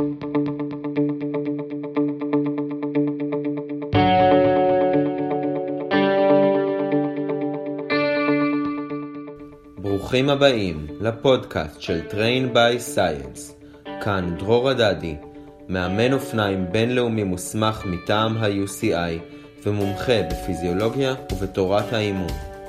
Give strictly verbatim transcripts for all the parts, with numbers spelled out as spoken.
ברוכים הבאים לפודקאסט של Train by Science. כאן דרור הדדי, מאמן אופניים בינלאומי מוסמך מטעם ה-יו סי איי ומומחה בפיזיולוגיה ובתורת האימון.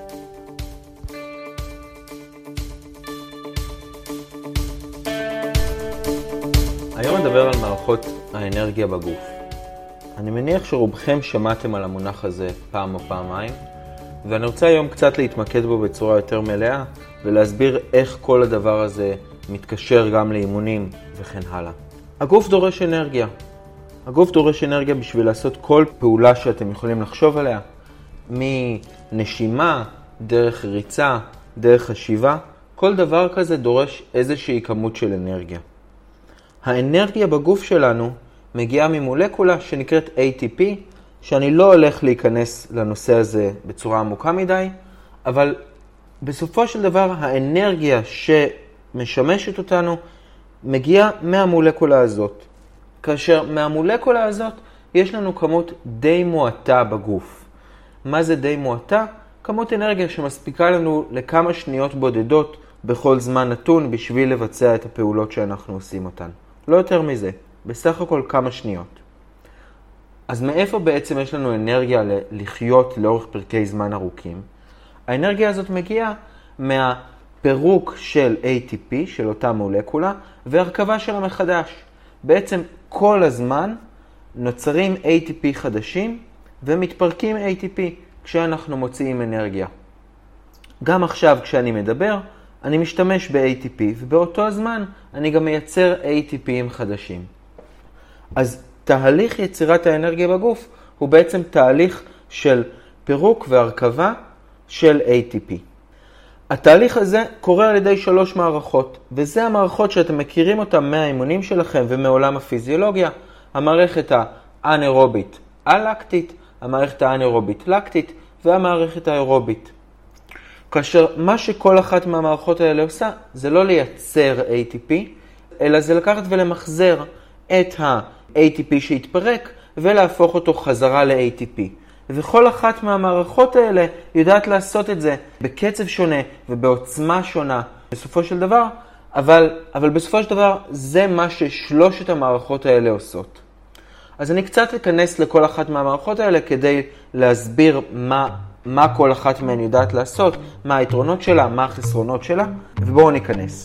היום נדבר על מערכות האנרגיה בגוף. אני מניח שרובכם שמעתם על המונח הזה פעם או פעמיים, ואני רוצה היום קצת להתמקד בו בצורה יותר מלאה, ולהסביר איך כל הדבר הזה מתקשר גם לאימונים וכן הלאה. הגוף דורש אנרגיה. הגוף דורש אנרגיה בשביל לעשות כל פעולה שאתם יכולים לחשוב עליה, מנשימה, דרך ריצה, דרך חשיבה, כל דבר כזה דורש איזושהי כמות של אנרגיה. האנרגיה בגוף שלנו מגיעה ממולקולה שנקראת איי טי פי, שאני לא הולך להיכנס לנושא הזה בצורה עמוקה מדי, אבל בסופו של דבר האנרגיה שמשמשת אותנו מגיעה מהמולקולה הזאת. כאשר מהמולקולה הזאת יש לנו כמות די מועטה בגוף. מה זה די מועטה? כמות אנרגיה שמספיקה לנו לכמה שניות בודדות בכל זמן נתון בשביל לבצע את הפעולות שאנחנו עושים אותן. לא יותר מזה, בסך הכל כמה שניות. אז מאיפה בעצם יש לנו אנרגיה לחיות לאורך פרקי זמן ארוכים? האנרגיה הזאת מגיעה מהפירוק של איי טי פי, של אותה מולקולה, והרכבה שלה מחדש. בעצם כל הזמן נוצרים איי טי פי חדשים ומתפרקים איי טי פי כשאנחנו מוציאים אנרגיה. גם עכשיו כשאני מדבר, אני משתמש ב-איי טי פי, ובאותו הזמן אני גם מייצר איי טי פי'ים חדשים. אז תהליך יצירת האנרגיה בגוף הוא בעצם תהליך של פירוק והרכבה של איי טי פי. התהליך הזה קורה על ידי שלוש מערכות, וזה המערכות שאתם מכירים אותן מהאימונים שלכם ומעולם הפיזיולוגיה, המערכת האנאירובית אלקטית, המערכת האנאירובית לקטית והמערכת האירובית. כאשר מה שכל אחת מהמערכות האלה עושה זה לא לייצר איי טי פי, אלא זה לקחת ולמחזר את ה-איי טי פי שהתפרק ולהפוך אותו חזרה ל-איי טי פי. וכל אחת מהמערכות האלה יודעת לעשות את זה בקצב שונה ובעוצמה שונה בסופו של דבר, אבל, אבל בסופו של דבר זה מה ששלושת המערכות האלה עושות. אז אני קצת אכנס לכל אחת מהמערכות האלה כדי להסביר מה, מה כל אחת מהן יודעת לעשות, מה היתרונות שלה, מה החסרונות שלה, ובואו ניכנס.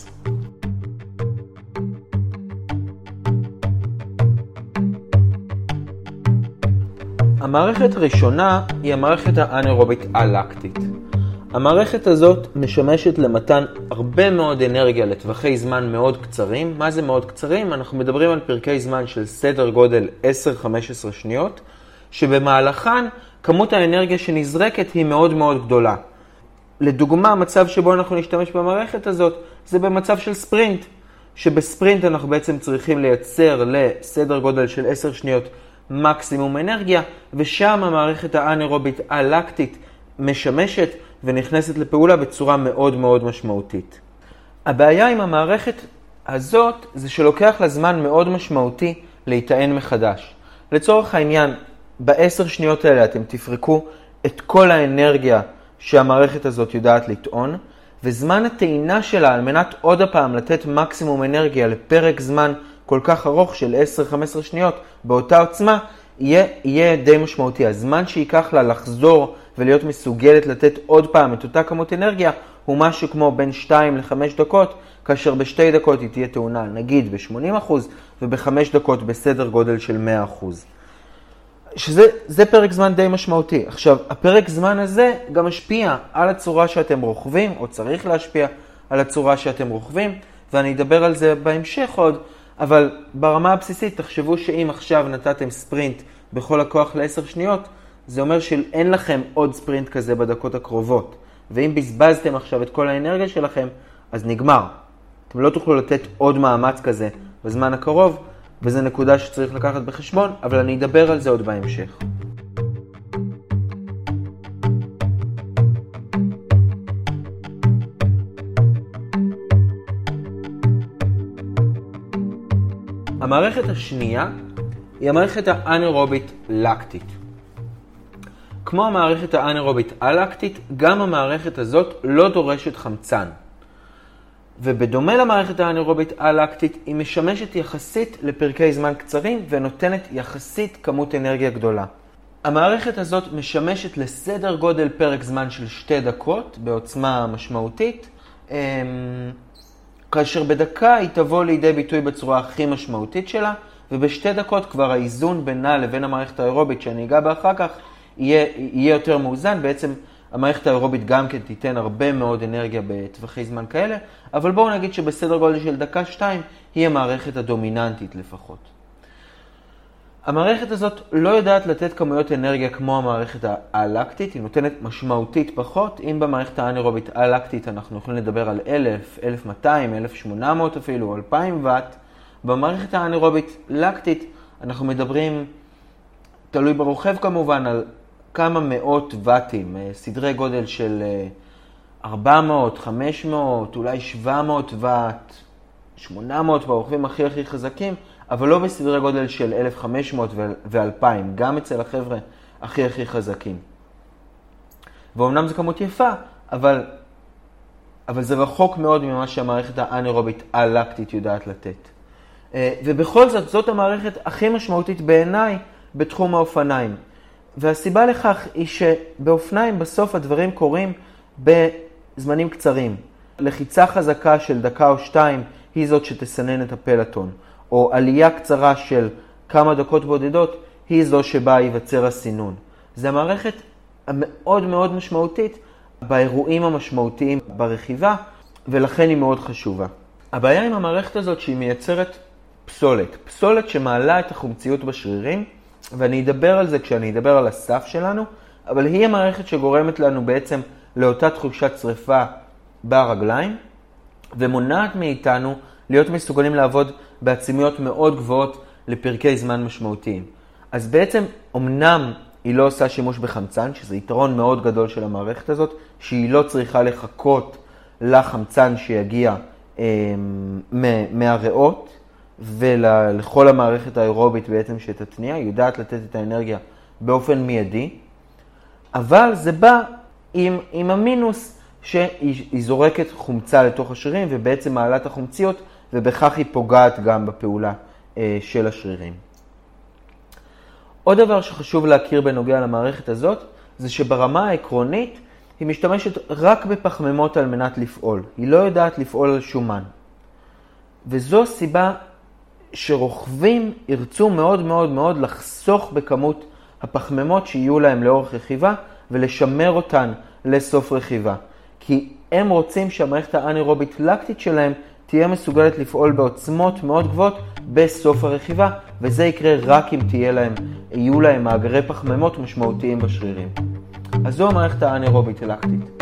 המערכת הראשונה היא המערכת האנאירובית אלקטית. המערכת הזאת משמשת למתן הרבה מאוד אנרגיה לטווחי זמן מאוד קצרים. מה זה מאוד קצרים? אנחנו מדברים על פרקי זמן של סדר גודל עשר עד חמש עשרה שניות, שבמהלכן כמות האנרגיה שנזרקת היא מאוד מאוד גדולה. לדוגמה, המצב שבו אנחנו נשתמש במערכת הזאת זה במצב של ספרינט, שבספרינט אנחנו בעצם צריכים לייצר לסדר גודל של עשר שניות מקסימום אנרגיה, ושם המערכת האנאירובית אלקטית משמשת ונכנסת לפעולה בצורה מאוד מאוד משמעותית. הבעיה עם המערכת הזאת זה שלוקח לה זמן מאוד משמעותי להיטען מחדש. לצורך העניין, בעשר שניות האלה אתם תפרקו את כל האנרגיה שהמערכת הזאת יודעת לטעון, וזמן הטעינה שלה על מנת עוד הפעם לתת מקסימום אנרגיה לפרק זמן כל כך ארוך של עשר עד חמש עשרה שניות באותה עוצמה, יהיה, יהיה די משמעותי. הזמן שיקח לה לחזור ולהיות מסוגלת לתת עוד פעם את אותה כמות אנרגיה, הוא משהו כמו בין שתיים לחמש דקות, כאשר בשתי דקות היא תהיה טעונה, נגיד ב-שמונים אחוז, ובחמש דקות בסדר גודל של מאה אחוז. שזה זה פרק זמן די משמעותי. עכשיו, הפרק זמן הזה גם משפיע על הצורה שאתם רוכבים, או צריך להשפיע על הצורה שאתם רוכבים, ואני אדבר על זה בהמשך עוד, אבל ברמה הבסיסית תחשבו שאם עכשיו נתתם ספרינט בכל הכוח ל-עשר שניות, זה אומר שאין לכם עוד ספרינט כזה בדקות הקרובות. ואם בזבזתם עכשיו את כל האנרגיה שלכם, אז נגמר. אתם לא תוכלו לתת עוד מאמץ כזה בזמן הקרוב, וזו נקודה שצריך לקחת בחשבון, אבל אני אדבר על זה עוד בהמשך. המערכת השנייה היא המערכת האנאירובית לקטית. כמו המערכת האנאירובית אלקטית, גם המערכת הזאת לא דורשת חמצן. ובדומה למערכת האנאירובית אלקטית, היא משמשת יחסית לפרקי זמן קצרים ונותנת יחסית כמות אנרגיה גדולה. המערכת הזאת משמשת לסדר גודל פרק זמן של שתי דקות בעוצמה משמעותית, כאשר בדקה היא תבוא לידי ביטוי בצורה הכי משמעותית שלה, ובשתי דקות כבר האיזון בינה לבין המערכת האירובית שאני אגע בה אחר כך יהיה, יהיה יותר מאוזן. בעצם המערכת האירובית גם כן תיתן הרבה מאוד אנרגיה בטווחי זמן כאלה, אבל בואו נגיד שבסדר גודל של דקה-שתיים היא המערכת הדומיננטית לפחות. המערכת הזאת לא יודעת לתת כמויות אנרגיה כמו המערכת האלקטית, היא נותנת משמעותית פחות. אם במערכת האנאירובית האלקטית אנחנו יכולים לדבר על אלף, אלף מאתיים, אלף ושמונה מאות אפילו, אלפיים ואט, במערכת האנאירובית לקטית אנחנו מדברים, תלוי ברוחב כמובן, על כמה מאות ואטים, סדרי גודל של ארבע מאות, חמש מאות, אולי שבע מאות ואט, שמונה מאות ברוחבים הכי הכי חזקים, אבל לא בסדרי גודל של אלף וחמש מאות ו-אלפיים, גם אצל החבר'ה הכי הכי חזקים. ואומנם זו כמות יפה, אבל, אבל זה רחוק מאוד ממה שהמערכת האנאירובית אלקטית יודעת לתת. ובכל זאת, זאת המערכת הכי משמעותית בעיניי בתחום האופניים. והסיבה לכך היא שבאופניים בסוף הדברים קורים בזמנים קצרים. לחיצה חזקה של דקה או שתיים היא זאת שתסנן את הפלטון, או עלייה קצרה של כמה דקות בודדות היא זו שבה ייווצר הסינון. זו המערכת המאוד מאוד משמעותית באירועים המשמעותיים ברכיבה, ולכן היא מאוד חשובה. הבעיה עם המערכת הזאת שהיא מייצרת פסולת. פסולת שמעלה את החומציות בשרירים, ואני אדבר על זה כשאני אדבר על הסף שלנו, אבל היא המערכת שגורמת לנו בעצם לאותה תחושת שריפה ברגליים, ומונעת מאיתנו להיות מסוגלים לעבוד בעצימויות מאוד גבוהות לפרקי זמן משמעותיים. אז בעצם, אמנם היא לא עושה שימוש בחמצן, שזה יתרון מאוד גדול של המערכת הזאת, שהיא לא צריכה לחכות לחמצן שיגיע אה, מהריאות, ולכל המערכת האירובית בעצם שתתניע, היא יודעת לתת את האנרגיה באופן מיידי, אבל זה בא עם, עם המינוס שהיא זורקת חומצה לתוך השרירים, ובעצם מעלה את החומציות, ובכך היא פוגעת גם בפעולה אה, של השרירים. עוד דבר שחשוב להכיר בנוגע למערכת הזאת, זה שברמה העקרונית היא משתמשת רק בפחמימות על מנת לפעול. היא לא יודעת לפעול על שומן. וזו סיבה שרוכבים ירצו מאוד מאוד מאוד לחסוך בכמות הפחמימות שיהיו להם לאורך רכיבה, ולשמר אותן לסוף רכיבה. כי הם רוצים שהמערכת האנאירובית לקטית שלהם תהיה מסוגלת לפעול בעוצמות מאוד גבוהות בסוף הרכיבה, וזה יקרה רק אם תהיה להם, יהיו להם מאגרי פחמימות משמעותיים בשרירים. אז זו המערכת האנאירובית לקטית.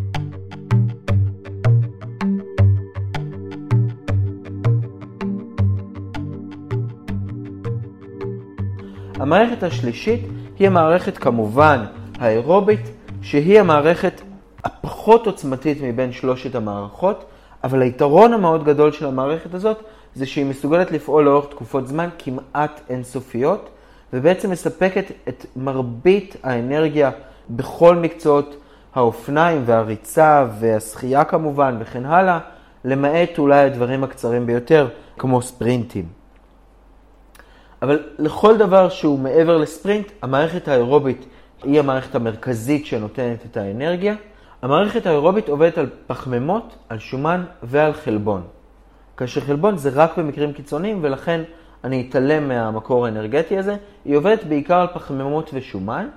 המערכת השלישית היא המערכת כמובן האירובית, שהיא המערכת הפחות עוצמתית מבין שלושת המערכות, אבל היתרון המאוד גדול של המערכת הזאת זה שהיא מסוגלת לפעול לאורך תקופות זמן כמעט אינסופיות, ובעצם מספקת את מרבית האנרגיה בכל מקצועות האופניים והריצה והשחייה כמובן וכן הלאה, למעט אולי הדברים הקצרים ביותר כמו ספרינטים. אבל לכל דבר שהוא מעבר לספרינט, המערכת האירובית היא המערכת המרכזית שנותנת את האנרגיה. המערכת האירובית עובדת על פחמימות, על שומן ועל חלבון. כאשר חלבון זה רק במקרים קיצוניים, ולכן אני אתעלם מהמקור האנרגטי הזה. היא עובדת בעיקר על פחמימות ושומן,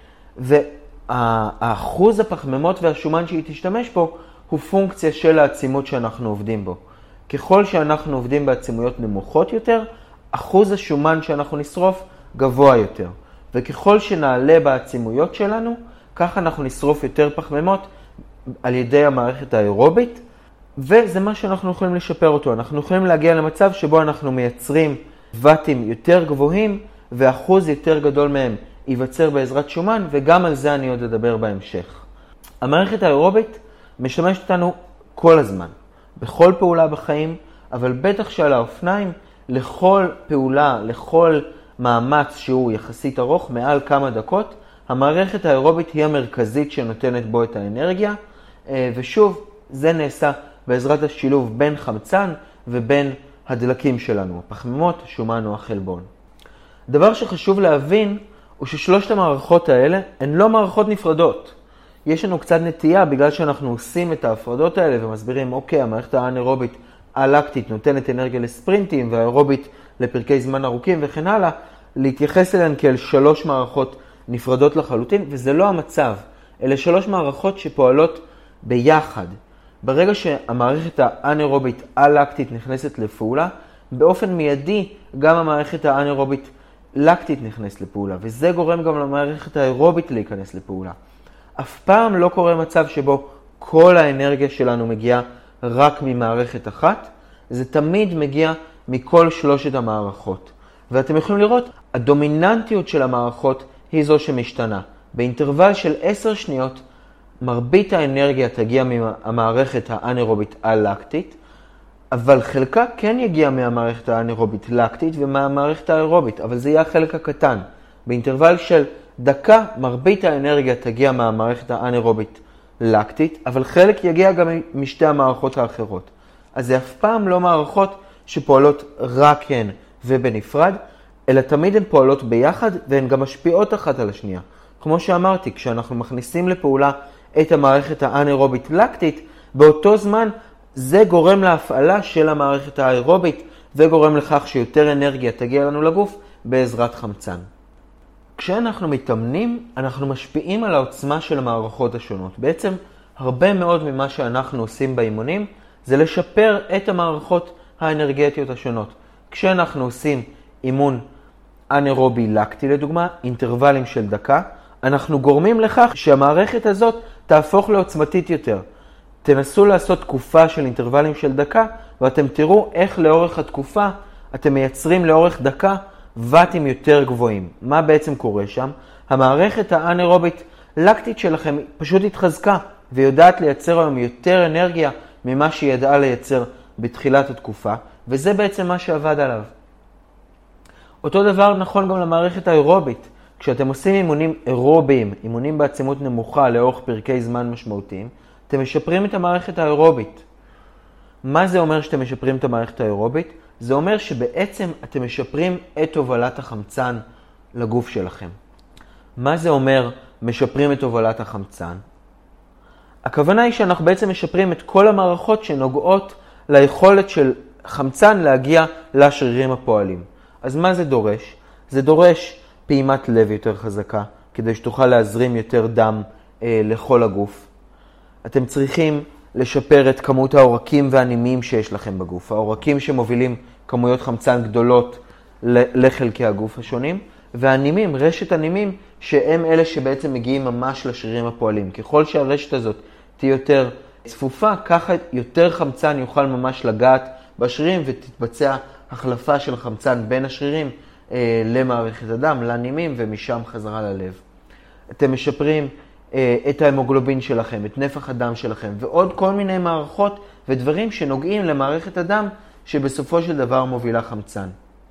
והאחוז הפחמימות והשומן שהיא תשתמש בו הוא פונקציה של העצימות שאנחנו עובדים בו. ככל שאנחנו עובדים בעצימויות נמוכות יותר, אחוז השומן שאנחנו נשרוף גבוה יותר. וככל שנעלה בעצימויות שלנו, כך אנחנו נשרוף יותר פחמימות על ידי המערכת האירובית, וזה מה שאנחנו יכולים לשפר אותו. אנחנו יכולים להגיע למצב שבו אנחנו מייצרים וטים יותר גבוהים, ואחוז יותר גדול מהם ייווצר בעזרת שומן, וגם על זה אני עוד אדבר בהמשך. המערכת האירובית משמשת אותנו כל הזמן, בכל פעולה בחיים, אבל בטח שעל האופניים, לכל פעולה, לכל מאמץ שהוא יחסית ארוך, מעל כמה דקות, המערכת האירובית היא המרכזית שנותנת בו את האנרגיה, ושוב, זה נעשה בעזרת השילוב בין חמצן ובין הדלקים שלנו, הפחמימות, השומן או החלבון. דבר שחשוב להבין הוא ששלושת המערכות האלה הן לא מערכות נפרדות. יש לנו קצת נטייה בגלל שאנחנו עושים את ההפרדות האלה ומסבירים, אוקיי, המערכת האנאירובית הלקטית נותנת אנרגיה לספרינטים והאירובית לפרקי זמן ארוכים וכן הלאה, להתייחס אליהן כאל שלוש מערכות נפרדות לחלוטין, וזה לא המצב. אלה שלוש מערכות שפועלות ביחד. ברגע שהמערכת האנאירובית הלקטית נכנסת לפעולה, באופן מיידי גם המערכת האנאירובית לקטית נכנסת לפעולה, וזה גורם גם למערכת האירובית להיכנס לפעולה. אף פעם לא קורה מצב שבו כל האנרגיה שלנו מגיעה רק ממערכת אחת, זה תמיד מגיע מכל שלושת המערכות. ואתם יכולים לראות, הדומיננטיות של המערכות היא זו שמשתנה. באינטרוול של עשר שניות, מרבית האנרגיה תגיע מהמערכת האנאירובית הלקטית, אבל חלקה כן יגיע מהמערכת האנאירובית לקטית ומהמערכת האירובית, אבל זה יהיה החלק הקטן. באינטרוול של דקה, מרבית האנרגיה תגיע מהמערכת האנאירובית לקטית, אבל חלק יגיע גם משתי המערכות האחרות. אז זה אף פעם לא מערכות שפועלות רק הן ובנפרד, אלא תמיד הן פועלות ביחד והן גם משפיעות אחת על השנייה. כמו שאמרתי, כשאנחנו מכניסים לפעולה את המערכת האנאירובית לקטית, באותו זמן זה גורם להפעלה של המערכת האירובית וגורם לכך שיותר אנרגיה תגיע לנו לגוף בעזרת חמצן. כשאנחנו מתאמנים, אנחנו משפיעים על העוצמה של המערכות השונות. בעצם הרבה מאוד ממה שאנחנו עושים באימונים זה לשפר את המערכות האנרגטיות השונות. כשאנחנו עושים אימון אנאירובי לקטי לדוגמה, אינטרוולים של דקה, אנחנו גורמים לכך שהמערכת הזאת תהפוך לעוצמתית יותר. תנסו לעשות תקופה של אינטרוולים של דקה, ואתם תראו איך לאורך התקופה אתם מייצרים לאורך דקה וואטים יותר גבוהים. מה בעצם קורה שם? המערכת האנאירובית לקטית שלכם פשוט התחזקה, ויודעת לייצר היום יותר אנרגיה ממה שהיא ידעה לייצר בתחילת התקופה, וזה בעצם מה שעבד עליו. אותו דבר נכון גם למערכת האירובית. כשאתם עושים אימונים אירוביים, אימונים בעצימות נמוכה לאורך פרקי זמן משמעותיים, אתם משפרים את המערכת האירובית. מה זה אומר שאתם משפרים את המערכת האירובית? זה אומר שבעצם אתם משפרים את תובלת החמצן לגוף שלכם. מה זה אומר משפרים את תובלת החמצן? הכוונה היא שאנחנו בעצם משפרים את כל המערכות שנוגעות ליכולת של חמצן להגיע לשרירים הפועלים. אז מה זה דורש? זה דורש פעימת לב יותר חזקה, כדי שתוכל להזרים יותר דם אה, לכל הגוף. אתם צריכים לשפר את כמות העורקים והנימים שיש לכם בגוף. העורקים שמובילים כמויות חמצן גדולות לחלקי הגוף השונים, והנימים, רשת הנימים, שהם אלה שבעצם מגיעים ממש לשרירים הפועלים. ככל שהרשת הזאת תהיה יותר צפופה, ככה יותר חמצן יוכל ממש לגעת בשרירים ותתבצע החלפה של חמצן בין השרירים אה, למערכת הדם, לנימים ומשם חזרה ללב. אתם משפרים אה, את ההמוגלובין שלכם, את נפח הדם שלכם ועוד כל מיני מערכות ודברים שנוגעים למערכת הדם שבסופו של דבר מובילה חמצן.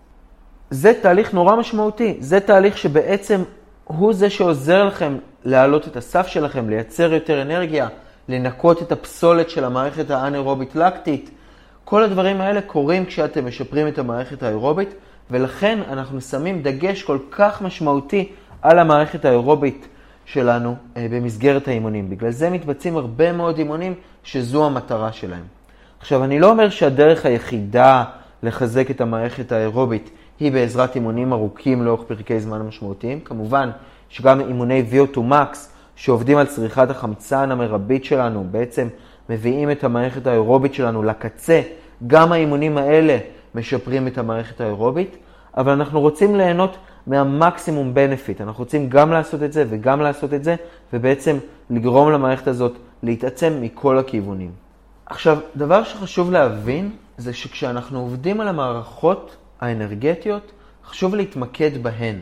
זה תהליך נורא משמעותי, זה תהליך שבעצם הוא זה שעוזר לכם להעלות את הסף שלכם, לייצר יותר אנרגיה, לנקות את הפסולת של המערכת האנאירובית לקטית. כל הדברים האלה קורים כשאתם משפרים את המערכת האירובית, ולכן אנחנו שמים דגש כל כך משמעותי על המערכת האירובית שלנו במסגרת האימונים. בגלל זה מתבצעים הרבה מאוד אימונים שזו המטרה שלהם. עכשיו, אני לא אומר שהדרך היחידה לחזק את המערכת האירובית היא בעזרת אימונים ארוכים לאורך פרקי זמן משמעותיים. כמובן שגם אימוני וי או טו מקס שעובדים על צריכת החמצן המרבית שלנו, בעצם מביאים את המערכת האירובית שלנו לקצה. גם האימונים האלה משפרים את המערכת האירובית, אבל אנחנו רוצים ליהנות מהמקסימום בנפיט. אנחנו רוצים גם לעשות את זה וגם לעשות את זה, ובעצם לגרום למערכת הזאת להתעצם מכל הכיוונים. עכשיו, דבר שחשוב להבין זה שכשאנחנו עובדים על המערכות האנרגטיות, חשוב להתמקד בהן.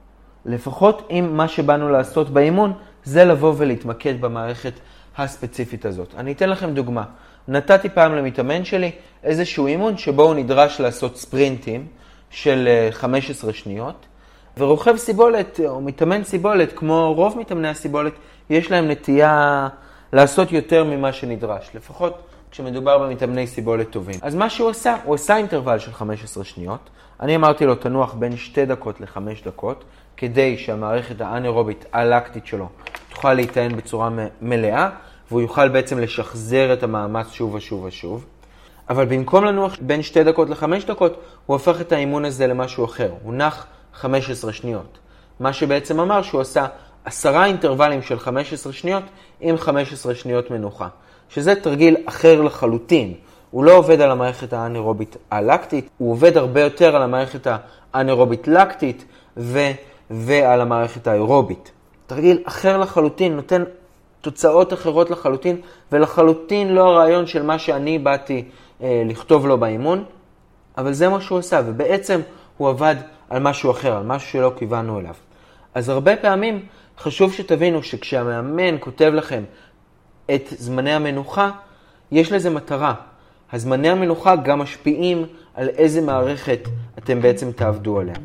לפחות אם מה שבאנו לעשות באימון, זה לבוא ולהתמקד במערכת הספציפית הזאת. אני אתן לכם דוגמה. נתתי פעם למתאמן שלי איזשהו אימון שבו הוא נדרש לעשות ספרינטים של חמש עשרה שניות, ורוכב סיבולת או מתאמן סיבולת, כמו רוב מתאמני הסיבולת, יש להם נטייה לעשות יותר ממה שנדרש, לפחות כשמדובר במתאמני סיבולת טובים. אז מה שהוא עשה, הוא עשה אינטרוול של חמש עשרה שניות. אני אמרתי לו תנוח בין שתי דקות לחמש דקות, כדי שהמערכת האנאירובית הלקטית שלו תוכל להיטען בצורה מלאה, והוא יוכל בעצם לשחזר את המאמץ שוב ושוב ושוב. אבל במקום לנוח בין שתי דקות לחמש דקות, הוא הפך את האימון הזה למשהו אחר. הוא נח חמש עשרה שניות. מה שבעצם אמר שהוא עשה עשרה אינטרוולים של חמש עשרה שניות עם חמש עשרה שניות מנוחה. שזה תרגיל אחר לחלוטין. הוא לא עובד על המערכת האנאירובית הלקטית, הוא עובד הרבה יותר על המערכת האנאירובית לקטית ו... ועל המערכת האירובית. תרגיל אחר לחלוטין, נותן תוצאות אחרות לחלוטין, ולחלוטין לא הרעיון של מה שאני באתי אה, לכתוב לו באימון, אבל זה מה שהוא עושה, ובעצם הוא עבד על משהו אחר, על משהו שלא כיוונו אליו. אז הרבה פעמים חשוב שתבינו שכשהמאמן כותב לכם את זמני המנוחה, יש לזה מטרה. הזמני המנוחה גם משפיעים על איזה מערכת אתם בעצם תעבדו עליה.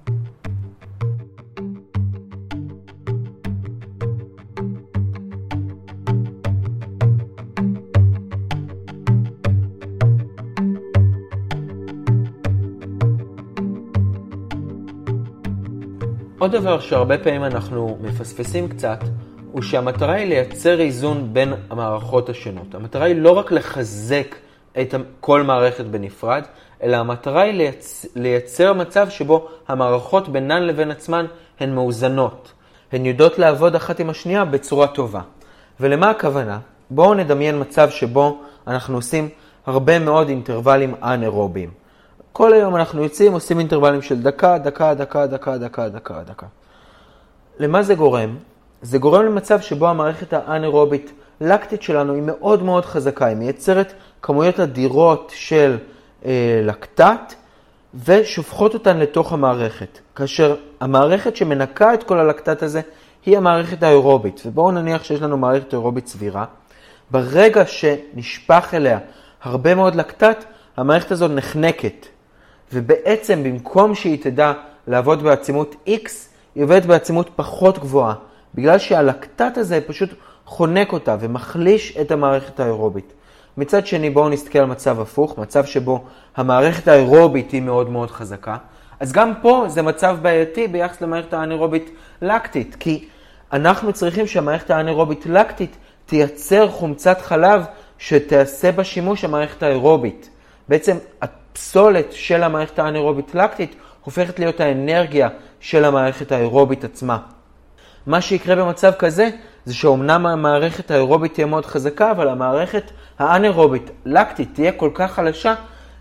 עוד דבר שהרבה פעמים אנחנו מפספסים קצת, הוא שהמטרה היא לייצר איזון בין המערכות השונות. המטרה היא לא רק לחזק את כל מערכת בנפרד, אלא המטרה היא לייצ... לייצר מצב שבו המערכות בינן לבין עצמן הן מאוזנות. הן יודעות לעבוד אחת עם השנייה בצורה טובה. ולמה הכוונה? בואו נדמיין מצב שבו אנחנו עושים הרבה מאוד אינטרוולים אנאירוביים. כל היום אנחנו יוצאים, עושים אינטרוולים של דקה, דקה, דקה, דקה, דקה, דקה, דקה. למה זה גורם? זה גורם למצב שבו המערכת האנאירובית לקטית שלנו היא מאוד מאוד חזקה. היא מייצרת כמויות אדירות של אה, לקטט ושופכות אותן לתוך המערכת. כאשר המערכת שמנקה את כל הלקטט הזה היא המערכת האירובית. ובואו נניח שיש לנו מערכת אירובית סבירה. ברגע שנשפך אליה הרבה מאוד לקטט, המערכת הזאת נחנקת. ובעצם במקום שהיא תדע לעבוד בעצימות X, היא עובדת בעצימות פחות גבוהה. בגלל שהלקטט הזה פשוט חונק אותה ומחליש את המערכת האירובית. מצד שני, בואו נסתכל על מצב הפוך, מצב שבו המערכת האירובית היא מאוד מאוד חזקה. אז גם פה זה מצב בעייתי ביחס למערכת האנאירובית לקטית, כי אנחנו צריכים שהמערכת האנאירובית לקטית תייצר חומצת חלב שתעשה בשימוש המערכת האירובית. בעצם הפסולת של המערכת האנאירובית לקטית הופכת להיות האנרגיה של המערכת האירובית עצמה. מה שיקרה במצב כזה זה שאומנם המערכת האירובית תהיה מאוד חזקה, אבל המערכת האנאירובית לקטית תהיה כל כך חלשה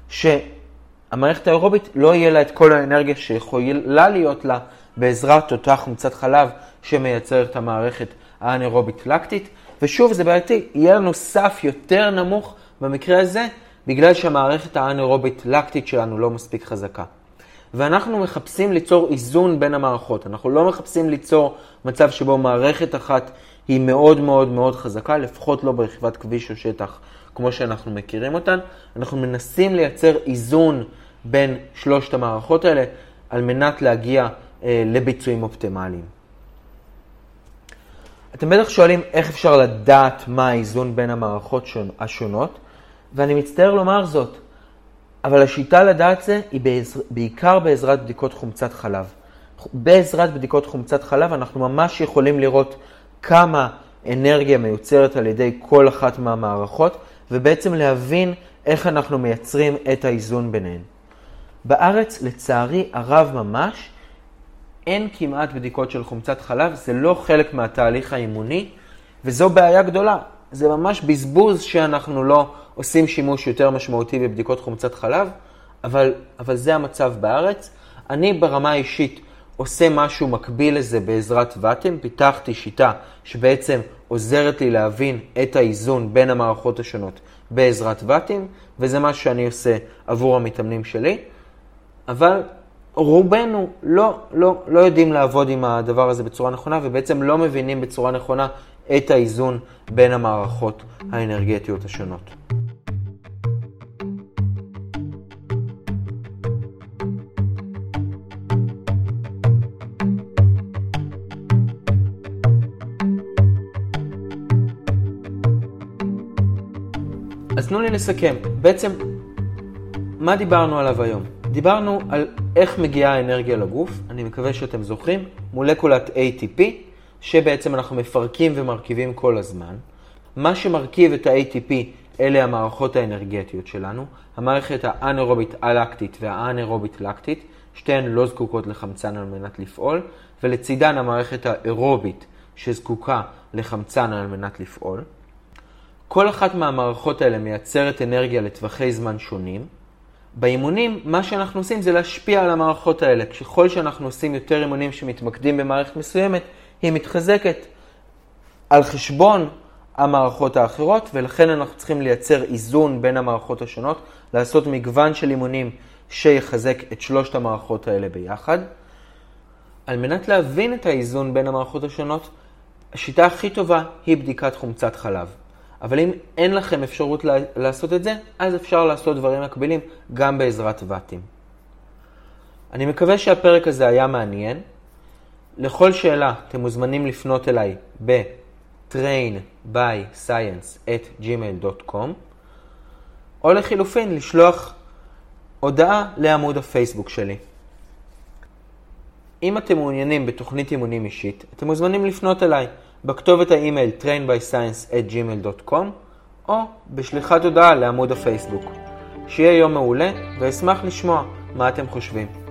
שהמערכת האירובית לא יהיה לה את כל האנרגיה שיכולה להיות לה בעזרת אותה חומצת חלב שמייצרת את המערכת האנאירובית לקטית. ושוב, זה בעייתי, יהיה לנו סף יותר נמוך במקרה הזה, בגלל שהמערכת האנאירובית לקטית שלנו לא מספיק חזקה. ואנחנו מחפשים ליצור איזון בין המערכות. אנחנו לא מחפשים ליצור מצב שבו מערכת אחת היא מאוד מאוד מאוד חזקה, לפחות לא ברכיבת כביש או שטח כמו שאנחנו מכירים אותן. אנחנו מנסים לייצר איזון בין שלושת המערכות האלה, על מנת להגיע אה, לביצועים אופטימליים. אתם בטח שואלים איך אפשר לדעת מה האיזון בין המערכות השונות, ואני מצטער לומר זאת, אבל השיטה לדעת זה היא בעזר, בעיקר בעזרת בדיקות חומצת חלב. בעזרת בדיקות חומצת חלב אנחנו ממש יכולים לראות כמה אנרגיה מיוצרת על ידי כל אחת מהמערכות, ובעצם להבין איך אנחנו מייצרים את האיזון ביניהן. בארץ, לצערי הרב ממש, אין כמעט בדיקות של חומצת חלב, זה לא חלק מהתהליך האימוני, וזו בעיה גדולה. זה ממש בזבוז שאנחנו לא עושים שימוש יותר משמעותי בבדיקות חומצת חלב, אבל, אבל זה המצב בארץ. אני ברמה האישית עושה משהו מקביל לזה בעזרת ואטים, פיתחתי שיטה שבעצם עוזרת לי להבין את האיזון בין המערכות השונות בעזרת ואטים, וזה מה שאני עושה עבור המתאמנים שלי, אבל רובנו לא, לא, לא יודעים לעבוד עם הדבר הזה בצורה נכונה, ובעצם לא מבינים בצורה נכונה את האיזון בין המערכות האנרגטיות השונות. תנו לי לסכם. בעצם, מה דיברנו עליו היום? דיברנו על איך מגיעה האנרגיה לגוף. אני מקווה שאתם זוכרים. מולקולת איי טי פי, שבעצם אנחנו מפרקים ומרכיבים כל הזמן. מה שמרכיב את ה-איי טי פי אלה המערכות האנרגטיות שלנו. המערכת האנאירובית אלקטית והאנאירובית לקטית, שתיהן לא זקוקות לחמצן על מנת לפעול, ולצידן המערכת האירובית שזקוקה לחמצן על מנת לפעול. כל אחת מהמערכות האלה מייצרת אנרגיה לטווחי זמן שונים. באימונים, מה שאנחנו עושים זה להשפיע על המערכות האלה. ככל שאנחנו עושים יותר אימונים שמתמקדים במערכת מסוימת, היא מתחזקת על חשבון המערכות האחרות, ולכן אנחנו צריכים לייצר איזון בין המערכות השונות, לעשות מגוון של אימונים שיחזק את שלושת המערכות האלה ביחד. על מנת להבין את האיזון בין המערכות השונות, השיטה הכי טובה היא בדיקת חומצת חלב. אבל אם אין לכם אפשרות לעשות את זה, אז אפשר לעשות דברים מקבילים גם בעזרת ואטים. אני מקווה שהפרק הזה היה מעניין. לכל שאלה אתם מוזמנים לפנות אליי ב-train by science at gmail dot com, או לחילופין לשלוח הודעה לעמוד הפייסבוק שלי. אם אתם מעוניינים בתוכנית אימונים אישית, אתם מוזמנים לפנות אליי בכתובת האימייל train by science at gmail dot com, או בשליחת הודעה לעמוד הפייסבוק. שיהיה יום מעולה, ואשמח לשמוע מה אתם חושבים.